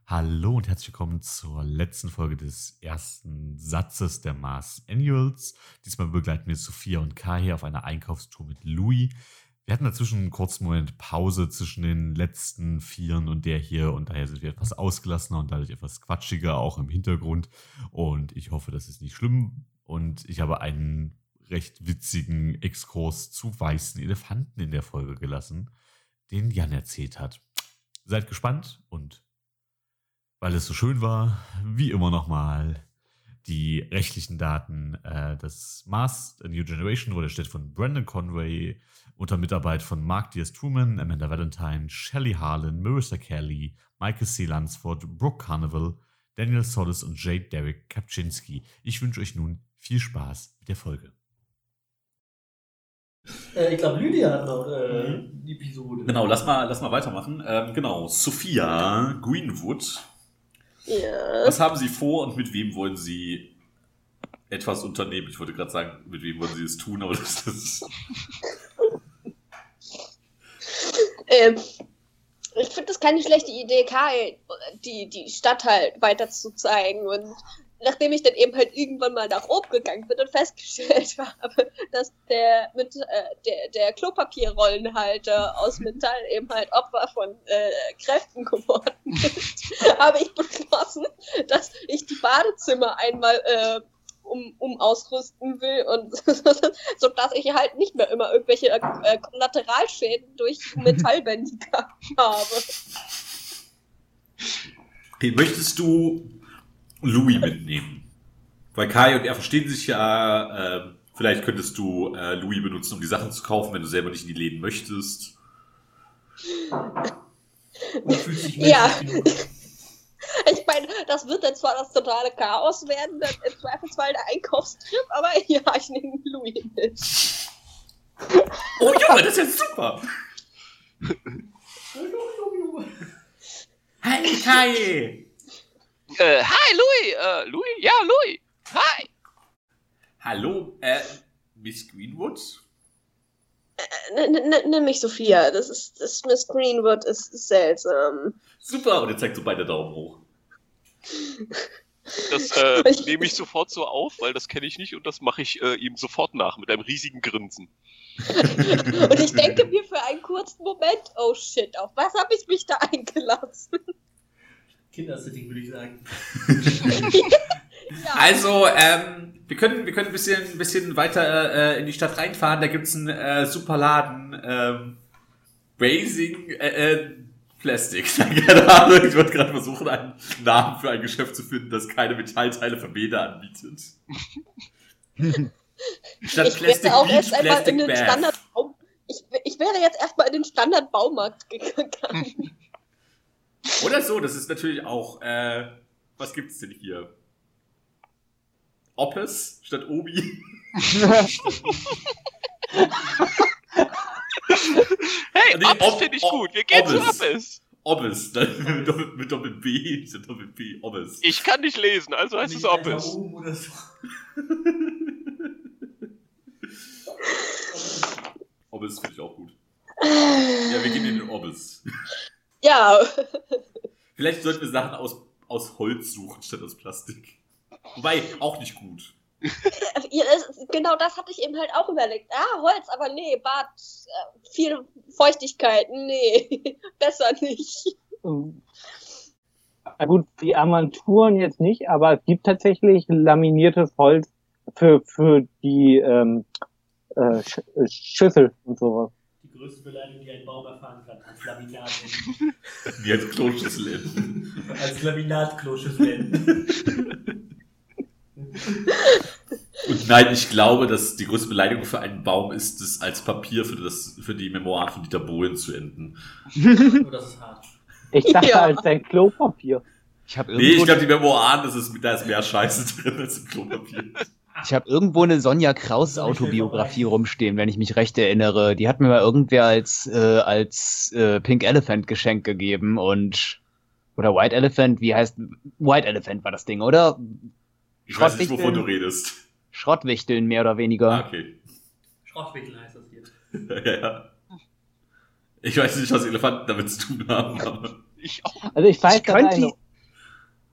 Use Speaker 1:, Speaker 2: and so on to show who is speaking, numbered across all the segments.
Speaker 1: Hallo und herzlich willkommen zur letzten Folge des ersten Satzes der Mars Annuals. Diesmal begleiten wir Sophia und Kai hier auf einer Einkaufstour mit Louis. Wir hatten dazwischen einen kurzen Moment Pause zwischen den letzten Vieren und der hier und daher sind wir etwas ausgelassener und dadurch etwas quatschiger, auch im Hintergrund. Und ich hoffe, das ist nicht schlimm. Und ich habe einen recht witzigen Exkurs zu weißen Elefanten in der Folge gelassen, den Jan erzählt hat. Seid gespannt und weil es so schön war, wie immer nochmal die rechtlichen Daten des Mars A New Generation wurde erstellt von Brandon Conway unter Mitarbeit von Mark Diaz Truman, Amanda Valentine, Shelley Harlan, Marissa Kelly, Michael C. Lunsford, Brooke Carnival, Daniel Solis und Jade Derek Kapczynski. Ich wünsche euch nun viel Spaß mit der Folge.
Speaker 2: Ich glaube, Lydia hat noch die Episode.
Speaker 3: Genau, lass mal weitermachen. Genau, Sophia Greenwood.
Speaker 4: Ja.
Speaker 3: Was haben Sie vor und mit wem wollen Sie etwas unternehmen? Ich wollte gerade sagen, mit wem wollen Sie es tun, aber das ist...
Speaker 4: Ich finde das keine schlechte Idee, Kai, die Stadt halt weiter zu zeigen. Und nachdem ich dann eben halt irgendwann mal nach oben gegangen bin und festgestellt habe, dass der Klopapierrollenhalter aus Metall eben halt Opfer von Kräften geworden ist, habe ich beschlossen, dass ich die Badezimmer einmal ausrüsten will und so dass ich halt nicht mehr immer irgendwelche Kollateralschäden durch Metallbändiger habe.
Speaker 3: Okay, möchtest du Louis mitnehmen? Weil Kai und er verstehen sich ja, vielleicht könntest du Louis benutzen, um die Sachen zu kaufen, wenn du selber nicht in die Läden möchtest.
Speaker 2: Man fühlt sich
Speaker 4: Ja.
Speaker 2: genug.
Speaker 4: Ich meine, das wird dann zwar das totale Chaos werden, dann im Zweifelsfall der Einkaufstrip, aber ja, ich nehme Louis mit.
Speaker 3: Oh Junge, das ist ja super! Hi Kai!
Speaker 5: Hi, Louis! Louis? Ja, Louis! Hi!
Speaker 3: Hallo, Miss Greenwood?
Speaker 4: Nimm mich Sophia, das Miss Greenwood ist seltsam.
Speaker 3: Super, und er zeigt so beide Daumen hoch.
Speaker 5: Das nehme ich sofort so auf, weil das kenne ich nicht und das mache ich ihm sofort nach mit einem riesigen Grinsen.
Speaker 4: Und ich denke mir für einen kurzen Moment, oh shit, auf was habe ich mich da eingelassen?
Speaker 2: Kindersitting, würde ich sagen.
Speaker 4: Ja.
Speaker 3: Also, wir können ein bisschen weiter in die Stadt reinfahren. Da gibt's einen super Laden. Raising Plastic. Keine Ahnung, ich wollte gerade versuchen, einen Namen für ein Geschäft zu finden, das keine Metallteile für Bäder anbietet. Statt
Speaker 4: Ich
Speaker 3: Plastic
Speaker 4: wäre auch
Speaker 3: Beach,
Speaker 4: erst einmal
Speaker 3: Plastic
Speaker 4: in den
Speaker 3: Bath.
Speaker 4: Standardbaum. Ich wäre jetzt erstmal in den Standardbaumarkt gegangen.
Speaker 3: Oder so, das ist natürlich auch, was gibt's denn hier? Oppes statt Obi.
Speaker 5: Hey,
Speaker 3: Nee,
Speaker 5: Oppes finde ich gut. Wir gehen zu
Speaker 3: Oppes.
Speaker 5: Oppes.
Speaker 3: Obbes, mit Doppel-B, statt Doppel-B, Obbes.
Speaker 5: Ich kann nicht lesen, also heißt es Oppes.
Speaker 2: Oben oder so.
Speaker 3: Obbes finde ich auch gut. Ja, wir gehen in den Obbes.
Speaker 4: Ja,
Speaker 3: Vielleicht sollten wir Sachen aus Holz suchen, statt aus Plastik. Wobei, auch nicht gut.
Speaker 4: genau das hatte ich eben halt auch überlegt. Holz, aber nee, Bad, viel Feuchtigkeit, nee, besser nicht.
Speaker 6: Na gut, die Armaturen jetzt nicht, aber es gibt tatsächlich laminiertes Holz für die Schüssel und sowas.
Speaker 2: Die größte Beleidigung, die ein Baum erfahren kann, als Laminat.
Speaker 3: Wie als Kloschüssel in.
Speaker 2: Als Laminat-Kloschüssel.
Speaker 3: Und nein, ich glaube, dass die größte Beleidigung für einen Baum ist, es als Papier für die Memoiren von Dieter Bohlen zu enden.
Speaker 2: Oh, das ist hart.
Speaker 6: Ich dachte
Speaker 4: Ja.
Speaker 6: als ein Klopapier.
Speaker 7: Ich habe
Speaker 3: Nee, ich
Speaker 7: irgendwo,
Speaker 3: glaube, die Memoiren, da ist mehr Scheiße drin als im Klopapier.
Speaker 7: ich hab irgendwo eine Sonja Kraus Autobiografie rumstehen, wenn ich mich recht erinnere. Die hat mir mal irgendwer als Pink Elephant Geschenk gegeben oder White Elephant, White Elephant war das Ding, oder?
Speaker 3: Ich weiß nicht, wovon du redest.
Speaker 7: Schrottwichteln, mehr oder weniger.
Speaker 3: Okay.
Speaker 2: Schrottwickel heißt das hier.
Speaker 3: Ja. Ich weiß nicht, was Elefanten damit zu tun haben, aber
Speaker 5: Ich auch.
Speaker 6: Also ich weiß,
Speaker 7: Ich könnte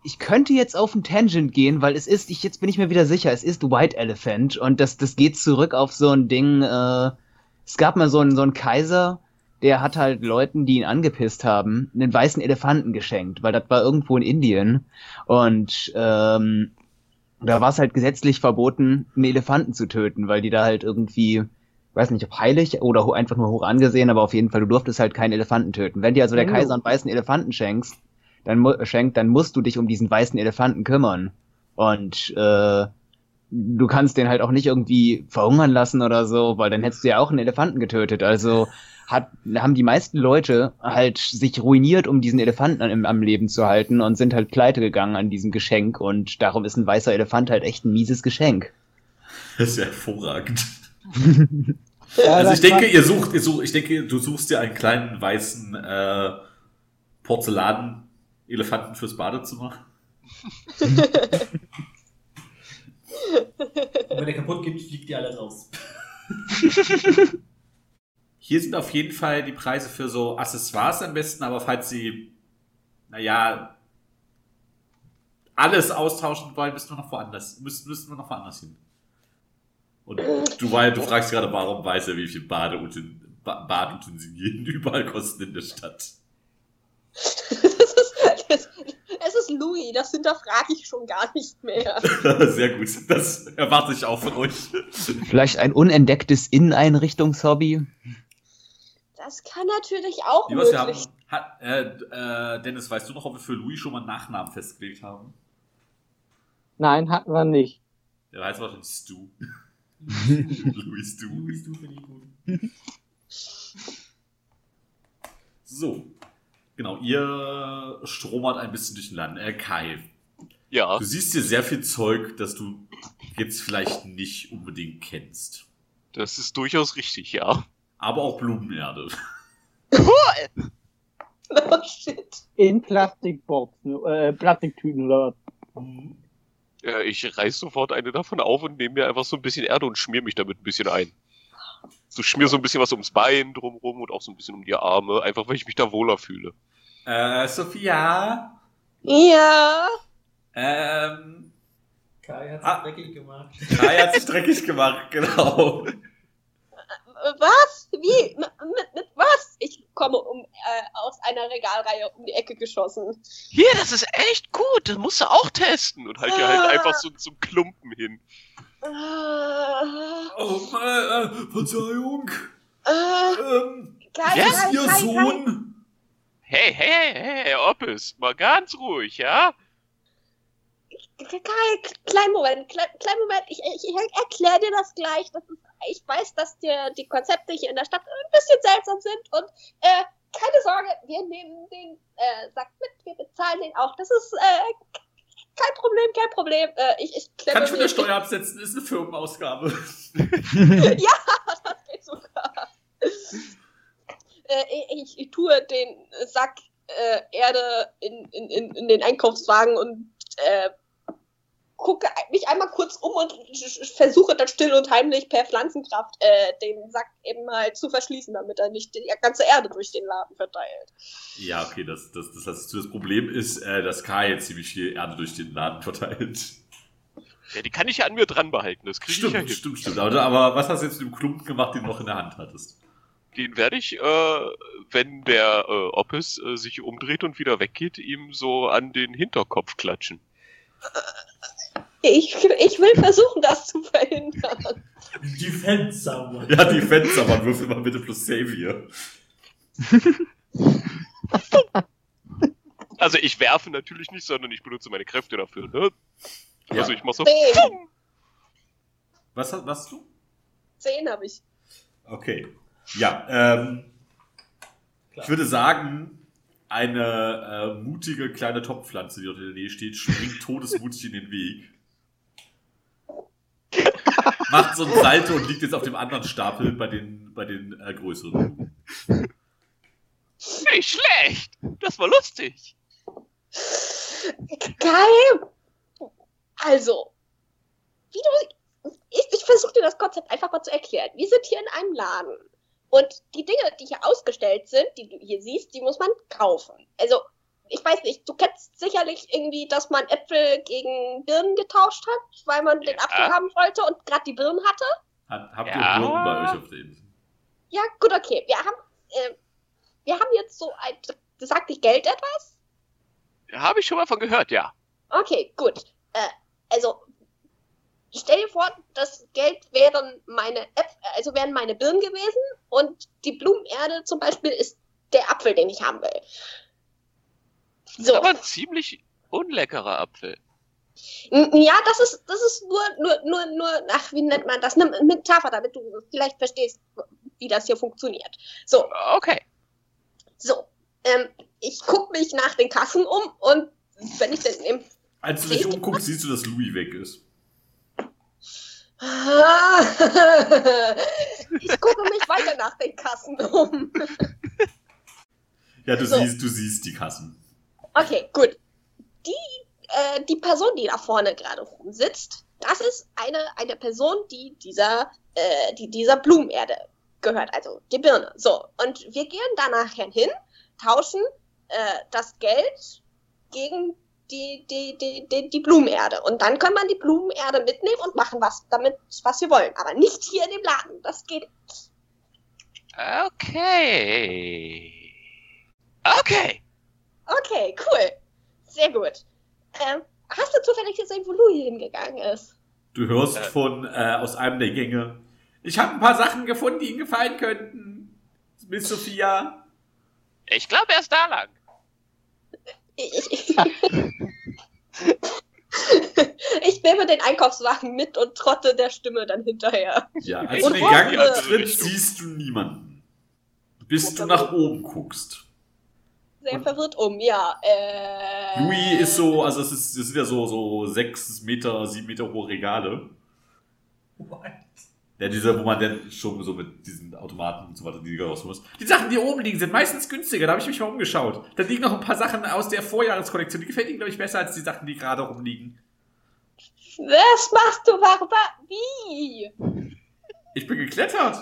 Speaker 7: ich könnte jetzt auf ein Tangent gehen, weil jetzt bin ich mir wieder sicher, es ist White Elephant und das geht zurück auf so ein Ding, es gab mal so einen Kaiser, der hat halt Leuten, die ihn angepisst haben, einen weißen Elefanten geschenkt, weil das war irgendwo in Indien und da war es halt gesetzlich verboten, einen Elefanten zu töten, weil die da halt irgendwie, weiß nicht, ob heilig oder einfach nur hoch angesehen, aber auf jeden Fall, du durftest halt keinen Elefanten töten. Wenn dir also der Kaiser einen weißen Elefanten schenkt, dann musst du dich um diesen weißen Elefanten kümmern. Und du kannst den halt auch nicht irgendwie verhungern lassen oder so, weil dann hättest du ja auch einen Elefanten getötet. Also haben die meisten Leute halt sich ruiniert, um diesen Elefanten am Leben zu halten und sind halt pleite gegangen an diesem Geschenk. Und darum ist ein weißer Elefant halt echt ein mieses Geschenk.
Speaker 3: Das ist ja hervorragend.
Speaker 6: Ja,
Speaker 3: Also
Speaker 6: das
Speaker 3: ich denke, du suchst dir einen kleinen weißen Porzellan-Elefanten fürs Badezimmer.
Speaker 2: Und wenn der kaputt geht, fliegt die alle raus.
Speaker 3: Hier sind auf jeden Fall die Preise für so Accessoires am besten, aber falls Sie, alles austauschen wollen, müssen wir noch woanders hin. Und du fragst gerade, warum weiß er, wie viel Badutensilien überall kosten in der Stadt.
Speaker 4: Es ist Louis, das hinterfrage ich schon gar nicht mehr.
Speaker 3: Sehr gut, das erwarte ich auch von euch.
Speaker 7: Vielleicht ein unentdecktes Inneneinrichtungshobby?
Speaker 4: Das kann natürlich auch
Speaker 3: Wie was
Speaker 4: möglich
Speaker 3: wir haben. Dennis, weißt du noch, ob wir für Louis schon mal einen Nachnamen festgelegt haben?
Speaker 6: Nein, hatten wir nicht.
Speaker 3: Der heißt wahrscheinlich Stu. Louis Stu.
Speaker 2: Louis, du finde ich gut.
Speaker 3: So. Genau, ihr stromert ein bisschen durch den Land. Kai,
Speaker 5: Ja,
Speaker 3: du siehst hier sehr viel Zeug, das du jetzt vielleicht nicht unbedingt kennst.
Speaker 5: das ist durchaus richtig, ja.
Speaker 3: Aber auch Blumenerde.
Speaker 4: Oh shit.
Speaker 6: In Plastikboxen, Plastiktüten oder was.
Speaker 5: Ich reiß sofort eine davon auf und nehme mir einfach so ein bisschen Erde und schmier mich damit ein bisschen ein. So schmier so ein bisschen was ums Bein drumrum und auch so ein bisschen um die Arme, einfach weil ich mich da wohler fühle.
Speaker 3: Sophia?
Speaker 4: Ja.
Speaker 2: Kai hat sich dreckig gemacht.
Speaker 3: Kai hat sich dreckig gemacht, genau.
Speaker 4: Was? Wie? Mit was? Ich komme aus einer Regalreihe um die Ecke geschossen.
Speaker 5: Hier, das ist echt gut, das musst du auch testen. Und halt dir halt einfach so einen Klumpen hin.
Speaker 3: Oh, Verzeihung.
Speaker 4: Kai,
Speaker 3: Ist Ihr
Speaker 4: Kai.
Speaker 3: Sohn?
Speaker 5: Hey, Oppes, mal ganz ruhig, ja?
Speaker 4: Kai, kleinen Moment. Ich erkläre dir das gleich. Ich weiß, dass dir die Konzepte hier in der Stadt ein bisschen seltsam sind und keine Sorge, wir nehmen den Sack mit, wir bezahlen den auch. Das ist kein Problem. Ich
Speaker 3: Kann ich von der Steuer absetzen? Ist eine Firmenausgabe.
Speaker 4: Ja, das geht sogar. Ich tue den Sack Erde in den Einkaufswagen und gucke mich einmal kurz um und versuche dann still und heimlich per Pflanzenkraft den Sack eben halt zu verschließen, damit er nicht die ganze Erde durch den Laden verteilt.
Speaker 3: Ja, okay, das Problem ist, dass Kai jetzt ziemlich viel Erde durch den Laden verteilt.
Speaker 5: Ja, die kann ich ja an mir dran behalten, das kriege ich ja hin.
Speaker 3: Stimmt. Aber was hast du jetzt mit dem Klumpen gemacht, den du noch in der Hand hattest?
Speaker 5: Den werde ich, wenn der Oppes sich umdreht und wieder weggeht, ihm so an den Hinterkopf klatschen.
Speaker 4: Ich will versuchen, das zu verhindern.
Speaker 2: Defense someone.
Speaker 3: Ja, Defense, aber würfel mal bitte plus Savior.
Speaker 5: Also ich werfe natürlich nicht, sondern ich benutze meine Kräfte dafür, ne?
Speaker 3: Ja.
Speaker 5: Also ich mach so...
Speaker 4: 10.
Speaker 3: Was hast du?
Speaker 4: 10 habe ich.
Speaker 3: Okay. Ja, ich würde sagen, eine mutige kleine Topfpflanze, die dort in der Nähe steht, springt todesmutig in den Weg. Macht so ein Salto und liegt jetzt auf dem anderen Stapel bei den größeren.
Speaker 5: Nicht schlecht! Das war lustig!
Speaker 4: Geil! Also, ich versuche dir das Konzept einfach mal zu erklären. Wir sind hier in einem Laden. Und die Dinge, die hier ausgestellt sind, die du hier siehst, die muss man kaufen. Also, ich weiß nicht, du kennst sicherlich irgendwie, dass man Äpfel gegen Birnen getauscht hat, weil man den Apfel haben wollte und gerade die Birnen hatte.
Speaker 3: Habt ihr Birnen bei euch auf der Insel?
Speaker 4: Ja, gut, okay. Wir haben jetzt so ein, sagt dich Geld etwas?
Speaker 5: Habe ich schon mal von gehört, ja.
Speaker 4: Okay, gut. Also, stell dir vor, das Geld wären meine wären meine Birnen gewesen und die Blumenerde zum Beispiel ist der Apfel, den ich haben will. So.
Speaker 5: Aber ein ziemlich unleckerer Apfel.
Speaker 4: Ja, das ist nur, ach, wie nennt man das? Eine Metapher, damit du vielleicht verstehst, wie das hier funktioniert. So.
Speaker 5: Okay.
Speaker 4: So. Ich gucke mich nach den Kassen um und wenn ich denn im
Speaker 3: Als du dich umguckst, siehst du, dass Louis weg ist.
Speaker 4: Ich gucke mich weiter nach den Kassen um.
Speaker 3: Ja, du siehst die Kassen.
Speaker 4: Okay, gut. Die Person, die da vorne gerade rumsitzt, das ist eine Person, die dieser Blumenerde gehört, also die Birne. So, und wir gehen da nachher hin, tauschen das Geld gegen die Blumenerde. Und dann kann man die Blumenerde mitnehmen und machen was wir wollen. Aber nicht hier in dem Laden. Das geht nicht.
Speaker 5: Okay.
Speaker 4: Okay, cool. Sehr gut. Hast du zufällig gesehen, wo Louis hingegangen ist?
Speaker 3: Du hörst aus einem der Gänge. Ich habe ein paar Sachen gefunden, die Ihnen gefallen könnten. Miss Sophia.
Speaker 5: Ich glaube, er ist da lang.
Speaker 4: Ich nehme den Einkaufswagen mit und trotte der Stimme dann hinterher.
Speaker 3: Ja, als du den Gang antrittst, siehst du niemanden. Bis du nach oben guckst.
Speaker 4: Sehr verwirrt ja.
Speaker 3: Louis ist so, also das sind ja so 6 Meter, 7 Meter hohe Regale.
Speaker 2: What?
Speaker 3: Ja, wo man dann schon so mit diesen Automaten und so weiter, die raus muss. Die Sachen, die oben liegen, sind meistens günstiger. Da habe ich mich mal umgeschaut. Da liegen noch ein paar Sachen aus der Vorjahreskollektion. Die gefällt Ihnen, glaube ich, besser als die Sachen, die gerade rumliegen.
Speaker 4: Was machst du? Wie?
Speaker 3: Ich bin geklettert.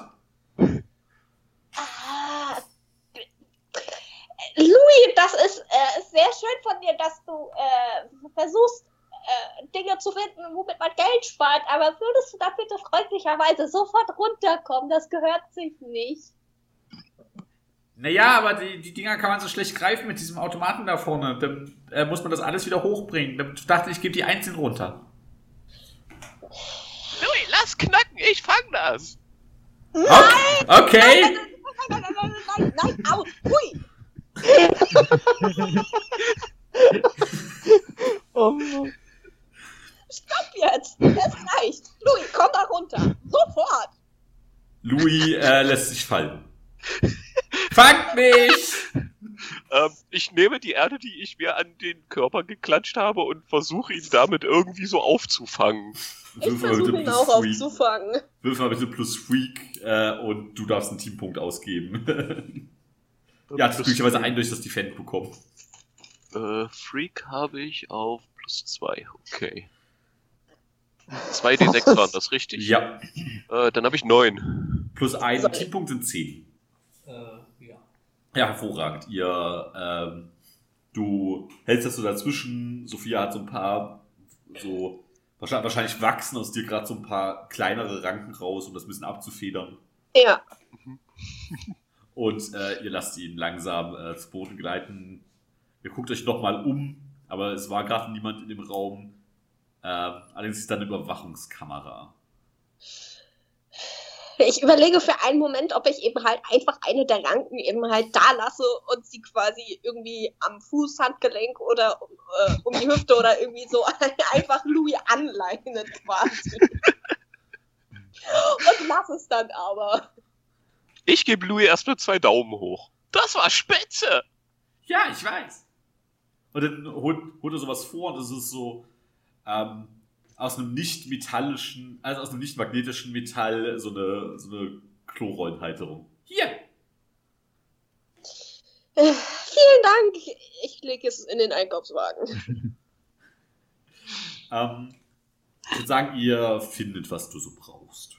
Speaker 4: Louis, das ist sehr schön von dir, dass du versuchst, Dinge zu finden, womit man Geld spart, aber würdest du da bitte freundlicherweise sofort runterkommen? Das gehört sich nicht.
Speaker 3: Naja, aber die Dinger kann man so schlecht greifen mit diesem Automaten da vorne. Dann muss man das alles wieder hochbringen. Dann dachte ich, gebe die einzeln runter.
Speaker 5: Louis, lass knacken, ich fang das.
Speaker 4: Nein!
Speaker 3: Okay.
Speaker 4: Nein, au, hui!
Speaker 6: Oh.
Speaker 4: Stopp jetzt! Es reicht! Louis, komm da runter! Sofort!
Speaker 3: Louis lässt sich fallen. Fangt mich!
Speaker 5: Ich nehme die Erde, die ich mir an den Körper geklatscht habe und versuche ihn damit irgendwie so aufzufangen.
Speaker 4: Ich versuche ihn auch aufzufangen.
Speaker 3: Wirf mal bitte plus Freak und du darfst einen Teampunkt ausgeben. Ja, das ist glücklicherweise eindeutig das Defend bekommen.
Speaker 5: Freak habe ich auf plus 2, okay. 2d6 waren das, richtig?
Speaker 3: Ja.
Speaker 5: Dann habe ich 9.
Speaker 3: Plus 1 Teampunkt sind 10.
Speaker 2: Ja.
Speaker 3: Ja, hervorragend. Du hältst das so dazwischen. Sophia hat so ein paar, so, wahrscheinlich wachsen aus dir gerade so ein paar kleinere Ranken raus, um das ein bisschen abzufedern.
Speaker 4: Ja.
Speaker 3: Und ihr lasst ihn langsam zu Boden gleiten. Ihr guckt euch nochmal um, aber es war gerade niemand in dem Raum. Allerdings ist da eine Überwachungskamera.
Speaker 4: Ich überlege für einen Moment, ob ich eben halt einfach eine der Ranken eben halt da lasse und sie quasi irgendwie am Fuß, Handgelenk oder um die Hüfte oder irgendwie so einfach Louis anleine quasi. Und lass es dann aber.
Speaker 5: Ich gebe Louis erstmal 2 Daumen hoch. Das war spitze!
Speaker 3: Ja, ich weiß. Und dann holt er sowas vor und es ist so aus einem nicht metallischen, also aus einem nicht magnetischen Metall so eine Klorollenhalterung. Hier!
Speaker 4: Vielen Dank. Ich lege es in den Einkaufswagen.
Speaker 3: Ich würde sagen, ihr findet, was du so brauchst.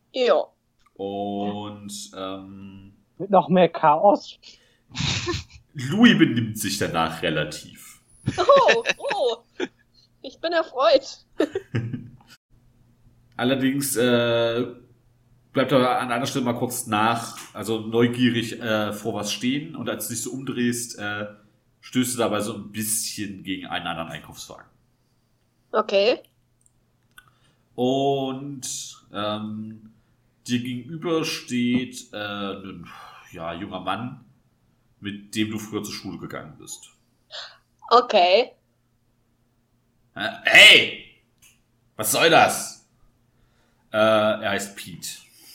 Speaker 4: Ja.
Speaker 3: Und
Speaker 6: Mit noch mehr Chaos.
Speaker 3: Louis benimmt sich danach relativ.
Speaker 4: Oh, ich bin erfreut.
Speaker 3: Allerdings bleibt er an einer Stelle mal kurz also neugierig vor was stehen. Und als du dich so umdrehst, stößt du dabei so ein bisschen gegen einen anderen Einkaufswagen.
Speaker 4: Okay.
Speaker 3: Und dir gegenüber steht ein junger Mann, mit dem du früher zur Schule gegangen bist.
Speaker 4: Okay.
Speaker 3: Hey! Was soll das? Er heißt Pete.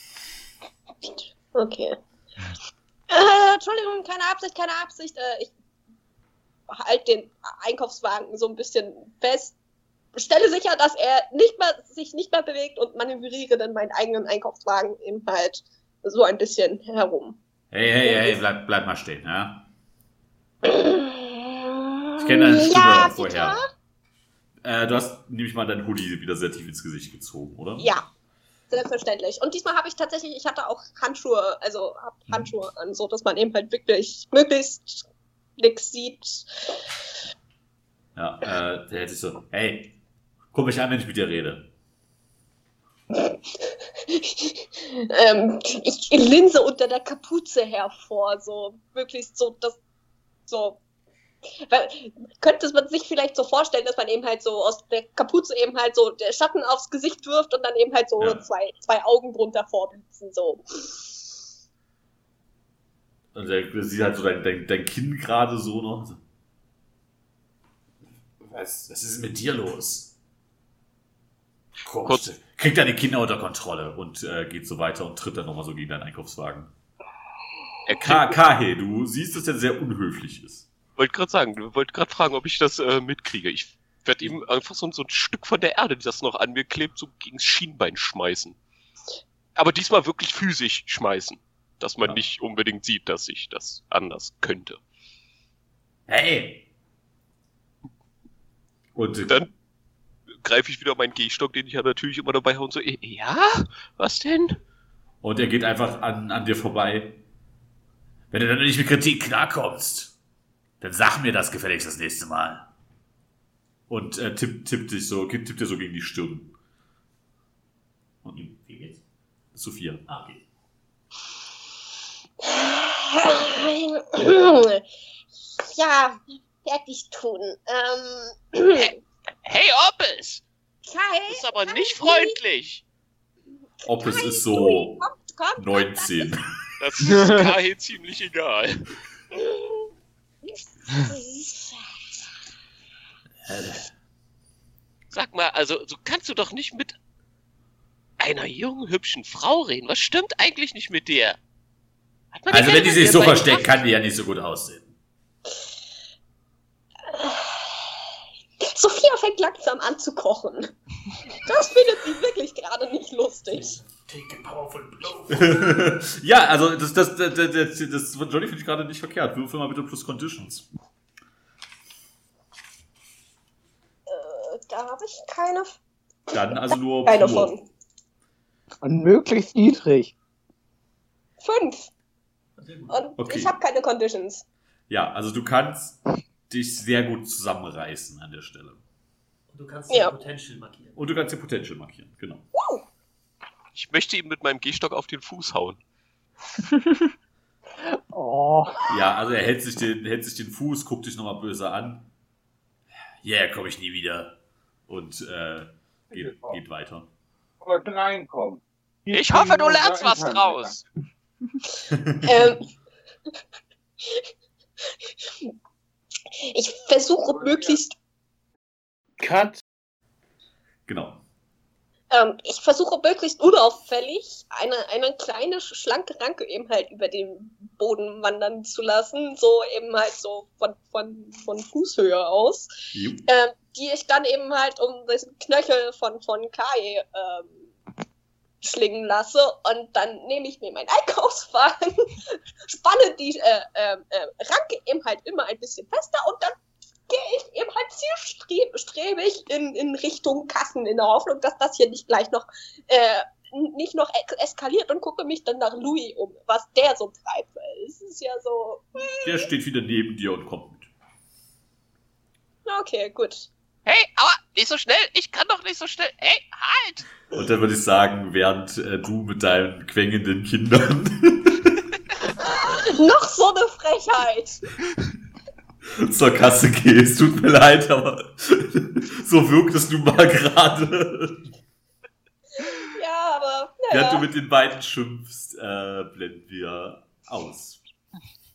Speaker 4: Okay. Entschuldigung, keine Absicht. Ich halte den Einkaufswagen so ein bisschen fest, stelle sicher, dass er sich nicht mehr bewegt und manövriere dann meinen eigenen Einkaufswagen eben halt so ein bisschen herum.
Speaker 3: Hey, bleib mal stehen, ja? Ich kenne deine Stimme vorher. Du hast nämlich mal dein Hoodie wieder sehr tief ins Gesicht gezogen, oder?
Speaker 4: Ja, selbstverständlich. Und diesmal habe ich hatte auch Handschuhe, Handschuhe an, so dass man eben halt wirklich möglichst nichts sieht.
Speaker 3: Ja, der hätte sich so, hey, guck mich an, wenn ich mit dir rede.
Speaker 4: Ich linse unter der Kapuze hervor, so wirklich so, weil, könnte man sich vielleicht so vorstellen, dass man eben halt so aus der Kapuze eben halt so der Schatten aufs Gesicht wirft und dann eben halt so zwei Augen drunter vorblitzen, so.
Speaker 3: Und der sieht halt so dein Kinn gerade so noch. Was ist mit dir los? Kurz. Kriegt deine Kinder unter Kontrolle und geht so weiter und tritt dann nochmal so gegen deinen Einkaufswagen. Kahe, du siehst, dass er sehr unhöflich ist.
Speaker 5: Wollte gerade fragen, ob ich das mitkriege. Ich werde ihm einfach so ein Stück von der Erde, das noch an mir klebt, so gegens Schienbein schmeißen. Aber diesmal wirklich physisch schmeißen. Dass man nicht unbedingt sieht, dass ich das anders könnte.
Speaker 3: Hey! Und
Speaker 5: dann greife ich wieder meinen Gehstock, den ich ja natürlich immer dabei habe und so, ja? Was denn?
Speaker 3: Und er geht einfach an dir vorbei. Wenn du dann nicht mit Kritik klarkommst, dann sag mir das gefälligst das nächste Mal. Und tippt dir so gegen die Stirn. Und ihm, wie geht's? Sophia. Okay.
Speaker 4: Ja, werde ich tun.
Speaker 5: Hey, Oppes! Das ist aber nicht freundlich.
Speaker 3: Oppes ist so
Speaker 4: kommt,
Speaker 3: 19.
Speaker 5: Das ist Kahe ziemlich egal. Sag mal, also, so kannst du doch nicht mit einer jungen, hübschen Frau reden. Was stimmt eigentlich nicht mit dir?
Speaker 3: Also, wenn die sich so versteckt, kann die ja nicht so gut aussehen.
Speaker 4: Sophia fängt langsam an zu kochen. Das findet sie wirklich gerade nicht lustig.
Speaker 2: Take a powerful blow.
Speaker 3: Ja, also das von Johnny finde ich gerade nicht verkehrt. Würfel mal bitte plus Conditions.
Speaker 4: Da habe ich keine.
Speaker 3: Dann also nur
Speaker 4: keine
Speaker 3: pur.
Speaker 4: von.
Speaker 6: Und möglichst niedrig.
Speaker 4: 5. Und
Speaker 3: Okay.
Speaker 4: ich habe keine Conditions.
Speaker 3: Ja, also du kannst dich sehr gut zusammenreißen an der Stelle.
Speaker 2: Und du kannst den Potential markieren.
Speaker 3: Und du kannst dir Potential markieren, genau.
Speaker 5: Ich möchte ihm mit meinem Gehstock auf den Fuß hauen.
Speaker 6: Oh.
Speaker 3: Ja, also er hält sich den Fuß, guckt dich nochmal böse an. Komm ich nie wieder. Und geht weiter.
Speaker 6: Und reinkommen.
Speaker 5: Ich hoffe, du lernst was draus.
Speaker 4: Ich versuche möglichst.
Speaker 6: Cut.
Speaker 3: Genau.
Speaker 4: Ich versuche möglichst unauffällig eine kleine, schlanke Ranke eben halt über den Boden wandern zu lassen, so eben halt so von Fußhöhe aus, die ich dann eben halt um diesen Knöchel von Kai schlingen lasse und dann nehme ich mir meinen Einkaufswagen, spanne die Ranke eben halt immer ein bisschen fester und dann gehe ich eben halt zielstrebig in Richtung Kassen, in der Hoffnung, dass das hier nicht gleich noch nicht noch eskaliert und gucke mich dann nach Louis um, was der so treibt. Es ist ja so...
Speaker 3: Der steht wieder neben dir und kommt mit.
Speaker 4: Okay, gut.
Speaker 5: Hey, aua, nicht so schnell, ich kann doch nicht so schnell. Hey, halt!
Speaker 3: Und dann würde ich sagen, während du mit deinen quengenden Kindern
Speaker 4: Noch so eine Frechheit!
Speaker 3: zur Kasse gehst. Tut mir leid, aber so wirkt es nun mal gerade.
Speaker 4: Ja, aber
Speaker 3: Während du
Speaker 4: naja.
Speaker 3: mit den beiden schimpfst, blenden wir aus.